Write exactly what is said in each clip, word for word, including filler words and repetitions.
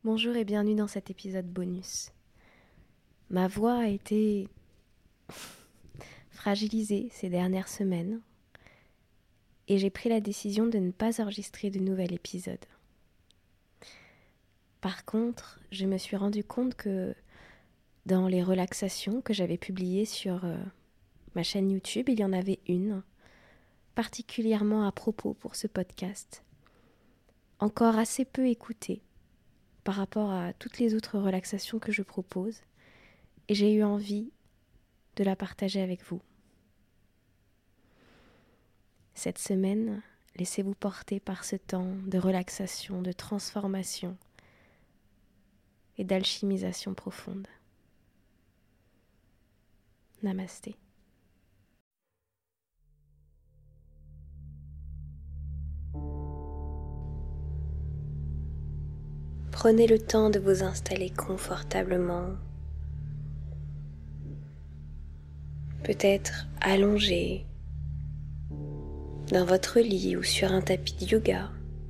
Bonjour et bienvenue dans cet épisode bonus. Ma voix a été fragilisée ces dernières semaines et j'ai pris la décision de ne pas enregistrer de nouvel épisode. Par contre, je me suis rendu compte que dans les relaxations que j'avais publiées sur euh, ma chaîne YouTube, il y en avait une, particulièrement à propos pour ce podcast, encore assez peu écoutée par rapport à toutes les autres relaxations que je propose, et j'ai eu envie de la partager avec vous. Cette semaine, laissez-vous porter par ce temps de relaxation, de transformation et d'alchimisation profonde. Namasté. Prenez le temps de vous installer confortablement, peut-être allongé dans votre lit ou sur un tapis de yoga.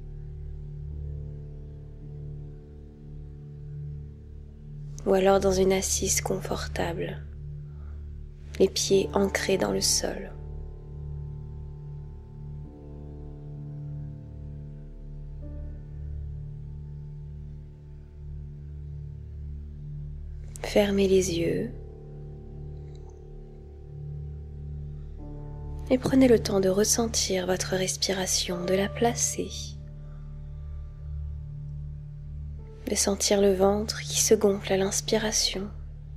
Ou alors dans une assise confortable, les pieds ancrés dans le sol. Fermez les yeux et prenez le temps de ressentir votre respiration, de la placer, de sentir le ventre qui se gonfle à l'inspiration,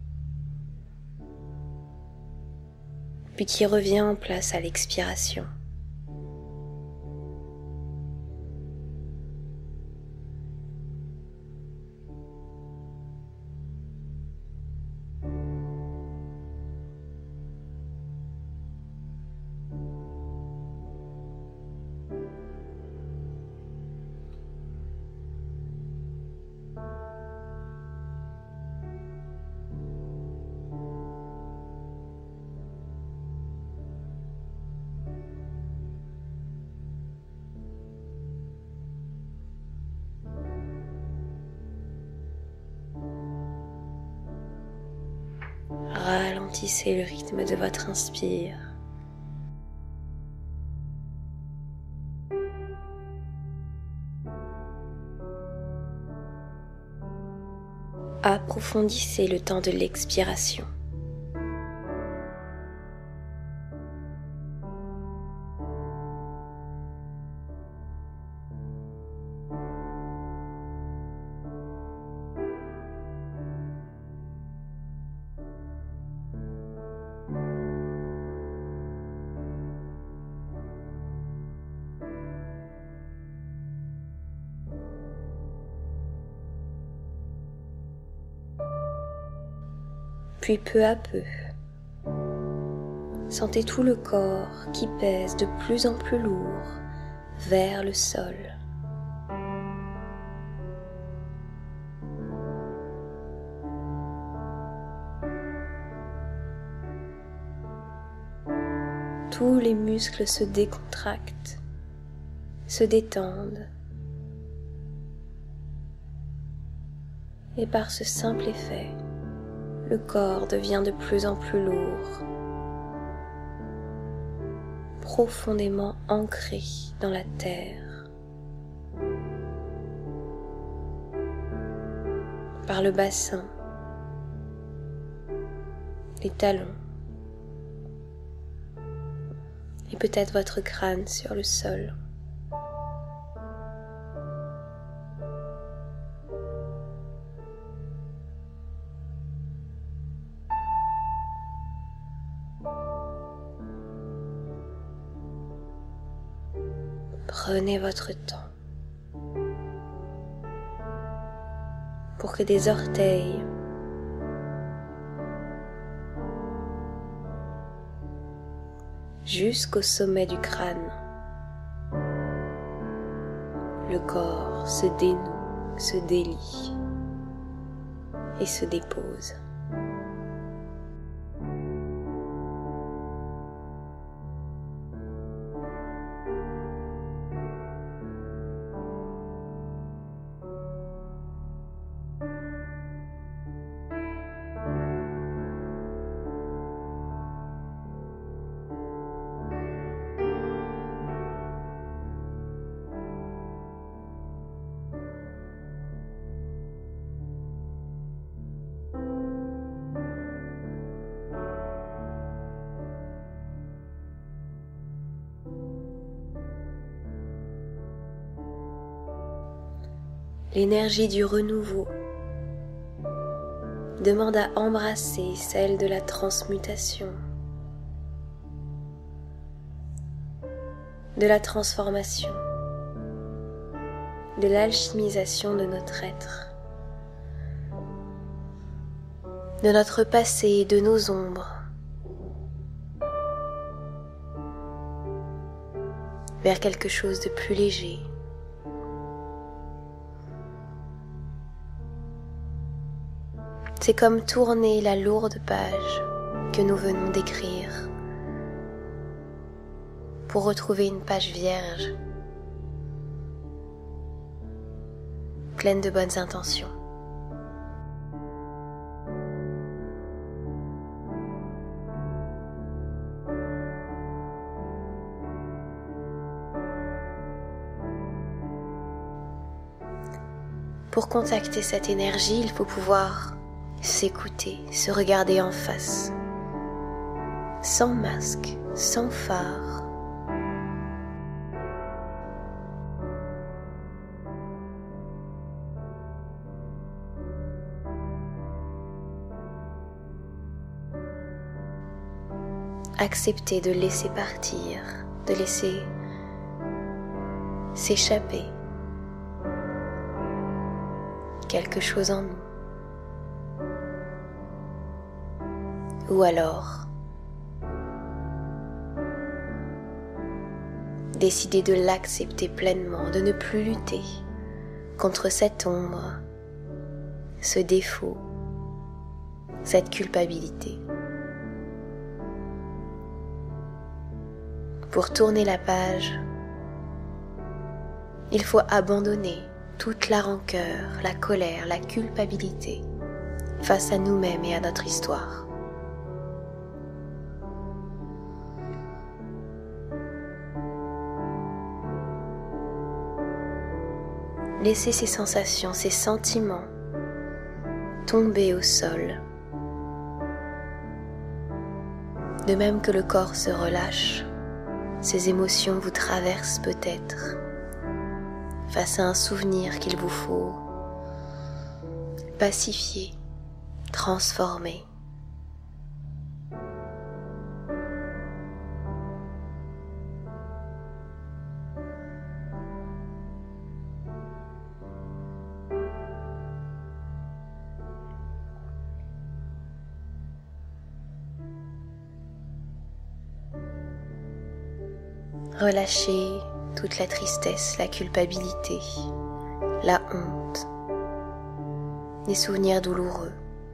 puis qui revient en place à l'expiration. Ralentissez le rythme de votre inspire. Approfondissez le temps de l'expiration. Puis peu à peu, sentez tout le corps qui pèse de plus en plus lourd vers le sol. Tous les muscles se décontractent, se détendent, et par ce simple effet, le corps devient de plus en plus lourd, profondément ancré dans la terre. Par le bassin, les talons, et peut-être votre crâne sur le sol. Prenez votre temps pour que des orteils jusqu'au sommet du crâne, le corps se dénoue, se délie et se dépose. l'énergie du renouveau demande à embrasser celle de la transmutation, de la transformation, de l'alchimisation de notre être, de notre passé et de nos ombres, vers quelque chose de plus léger. C'est comme tourner la lourde page que nous venons d'écrire pour retrouver une page vierge, pleine de bonnes intentions. Pour contacter cette énergie, il faut pouvoir s'écouter, se regarder en face, sans masque, sans phare. Accepter de laisser partir, de laisser s'échapper quelque chose en nous. Ou alors, décider de l'accepter pleinement, de ne plus lutter contre cette ombre, ce défaut, cette culpabilité. Pour tourner la page, il faut abandonner toute la rancœur, la colère, la culpabilité face à nous-mêmes et à notre histoire. Laissez ces sensations, ces sentiments tomber au sol, de même que le corps se relâche. Ces émotions vous traversent peut-être face à un souvenir qu'il vous faut pacifier, transformer. Relâchez toute la tristesse, la culpabilité, la honte, les souvenirs douloureux.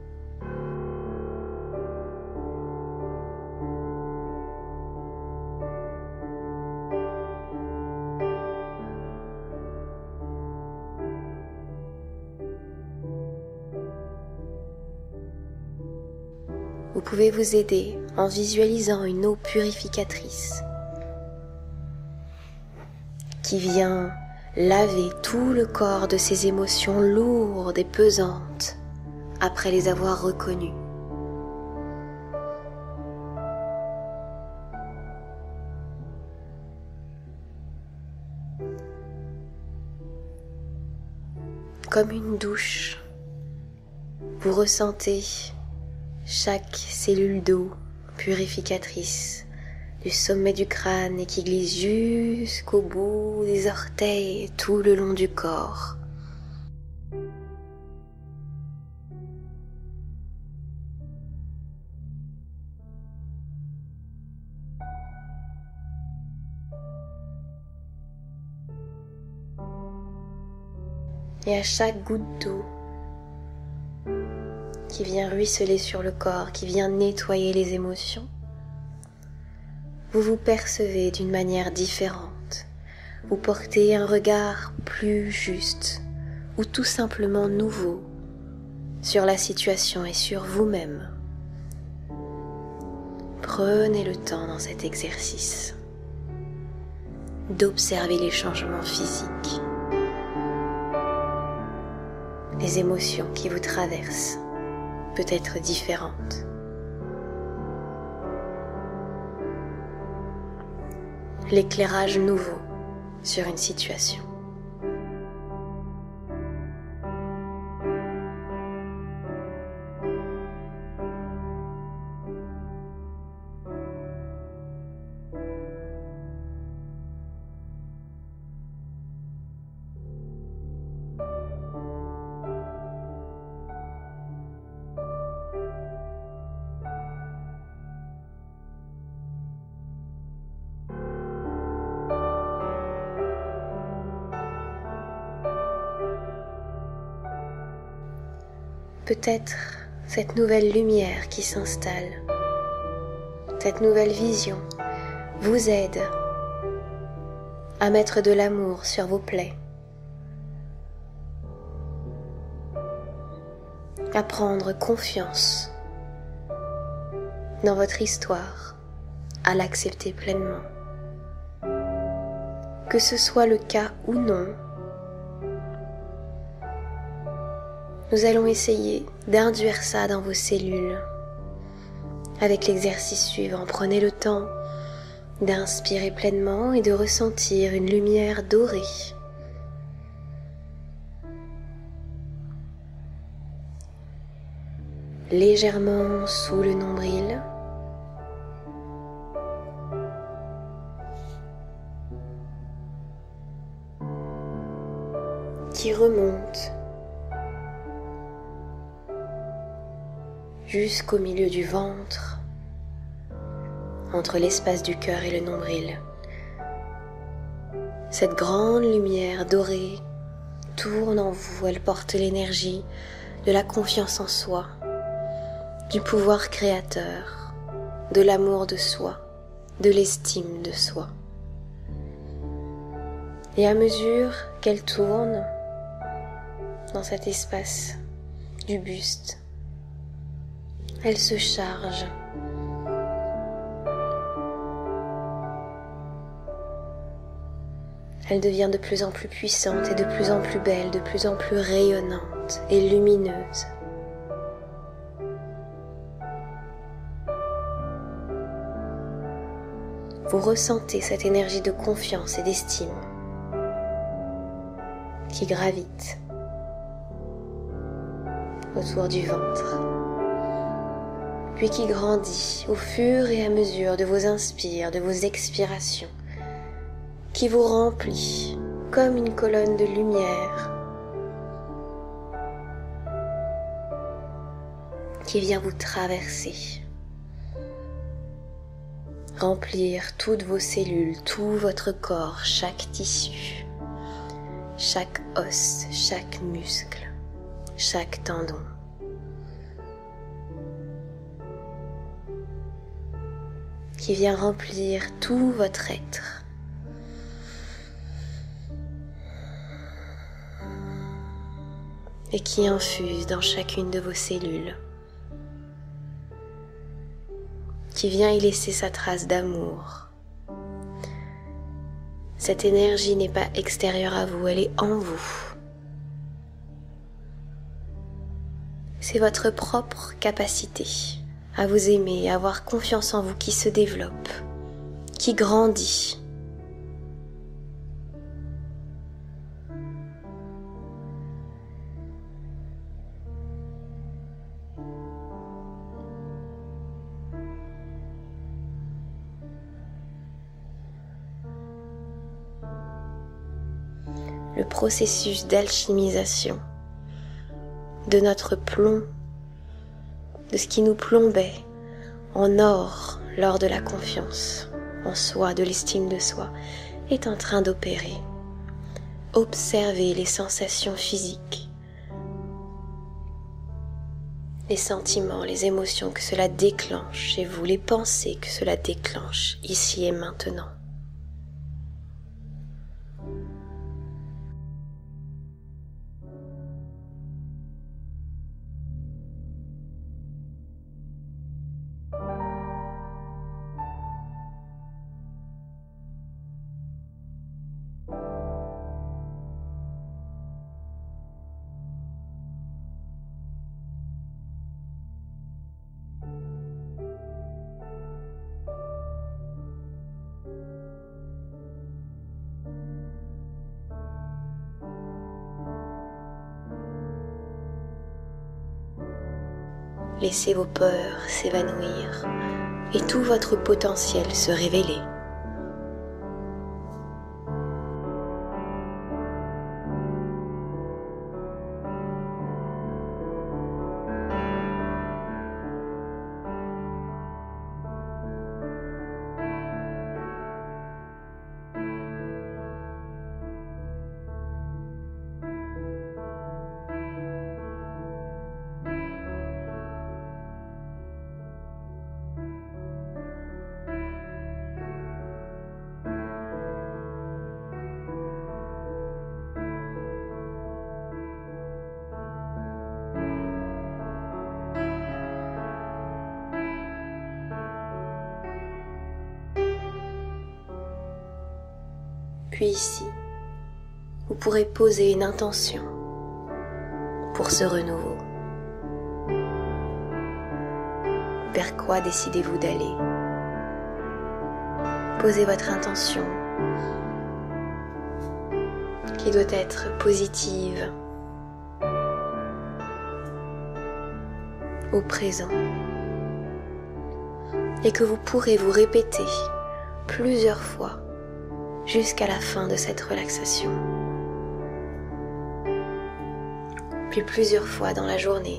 Vous pouvez vous aider en visualisant une eau purificatrice qui vient laver tout le corps de ces émotions lourdes et pesantes après les avoir reconnues. Comme une douche, vous ressentez chaque cellule d'eau purificatrice du sommet du crâne et qui glisse jusqu'au bout des orteils et tout le long du corps. Et à chaque goutte d'eau qui vient ruisseler sur le corps, qui vient nettoyer les émotions, vous vous percevez d'une manière différente, vous portez un regard plus juste ou tout simplement nouveau sur la situation et sur vous-même. Prenez le temps dans cet exercice d'observer les changements physiques, les émotions qui vous traversent, peut-être différentes. L'éclairage nouveau sur une situation. peut-être cette nouvelle lumière qui s'installe, cette nouvelle vision vous aide à mettre de l'amour sur vos plaies, à prendre confiance dans votre histoire, à l'accepter pleinement. Que ce soit le cas ou non, nous allons essayer d'induire ça dans vos cellules. Avec l'exercice suivant, prenez le temps d'inspirer pleinement et de ressentir une lumière dorée. Légèrement sous le nombril. Qui remonte jusqu'au milieu du ventre, entre l'espace du cœur et le nombril. Cette grande lumière dorée tourne en vous, elle porte l'énergie de la confiance en soi, du pouvoir créateur, de l'amour de soi, de l'estime de soi. Et à mesure qu'elle tourne dans cet espace du buste, elle se charge. Elle devient de plus en plus puissante et de plus en plus belle, de plus en plus rayonnante et lumineuse. Vous ressentez cette énergie de confiance et d'estime qui gravite autour du ventre, puis qui grandit au fur et à mesure de vos inspires, de vos expirations, qui vous remplit comme une colonne de lumière qui vient vous traverser, remplir toutes vos cellules, tout votre corps, chaque tissu, chaque os, chaque muscle, chaque tendon. Qui vient remplir tout votre être. Et qui infuse dans chacune de vos cellules, qui vient y laisser sa trace d'amour. Cette énergie n'est pas extérieure à vous, elle est en vous. C'est votre propre capacité à vous aimer, à avoir confiance en vous qui se développe, qui grandit. Le processus d'alchimisation de notre plomb, de ce qui nous plombait en or lors de la confiance en soi, de l'estime de soi, est en train d'opérer. Observez les sensations physiques, les sentiments, les émotions que cela déclenche chez vous, les pensées que cela déclenche ici et maintenant. Laissez vos peurs s'évanouir et tout votre potentiel se révéler. Puis ici, vous pourrez poser une intention pour ce renouveau. Vers quoi décidez-vous d'aller? Posez votre intention qui doit être positive au présent et que vous pourrez vous répéter plusieurs fois jusqu'à la fin de cette relaxation, puis plusieurs fois dans la journée.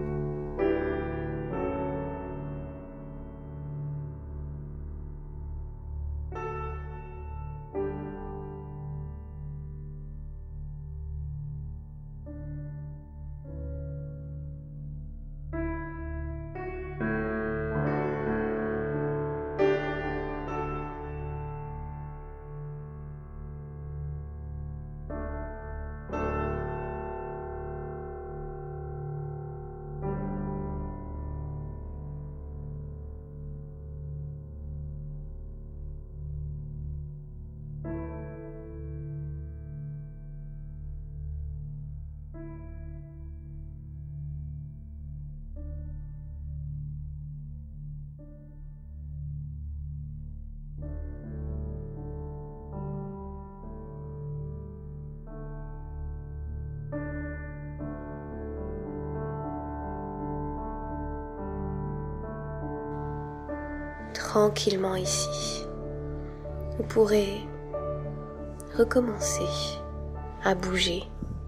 Tranquillement ici, vous pourrez recommencer à bouger.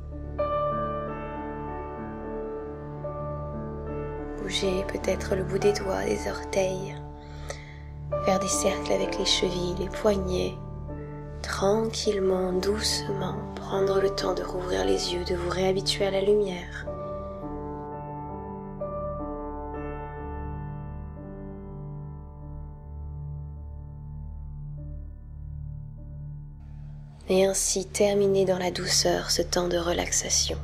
Bouger peut-être le bout des doigts, des orteils, faire des cercles avec les chevilles, les poignets. Tranquillement, doucement, prendre le temps de rouvrir les yeux, de vous réhabituer à la lumière. Et ainsi terminer dans la douceur ce temps de relaxation.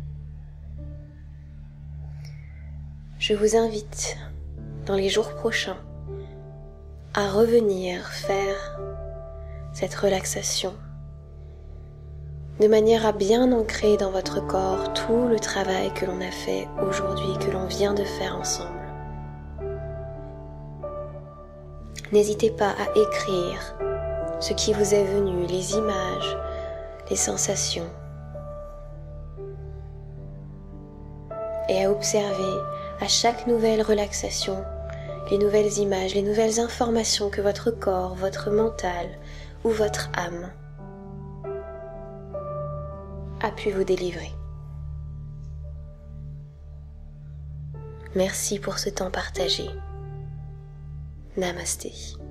Je vous invite dans les jours prochains à revenir faire cette relaxation de manière à bien ancrer dans votre corps tout le travail que l'on a fait aujourd'hui, que l'on vient de faire ensemble. N'hésitez pas à écrire ce qui vous est venu, les images, les sensations, et à observer à chaque nouvelle relaxation les nouvelles images, les nouvelles informations que votre corps, votre mental ou votre âme a pu vous délivrer. Merci pour ce temps partagé. Namasté.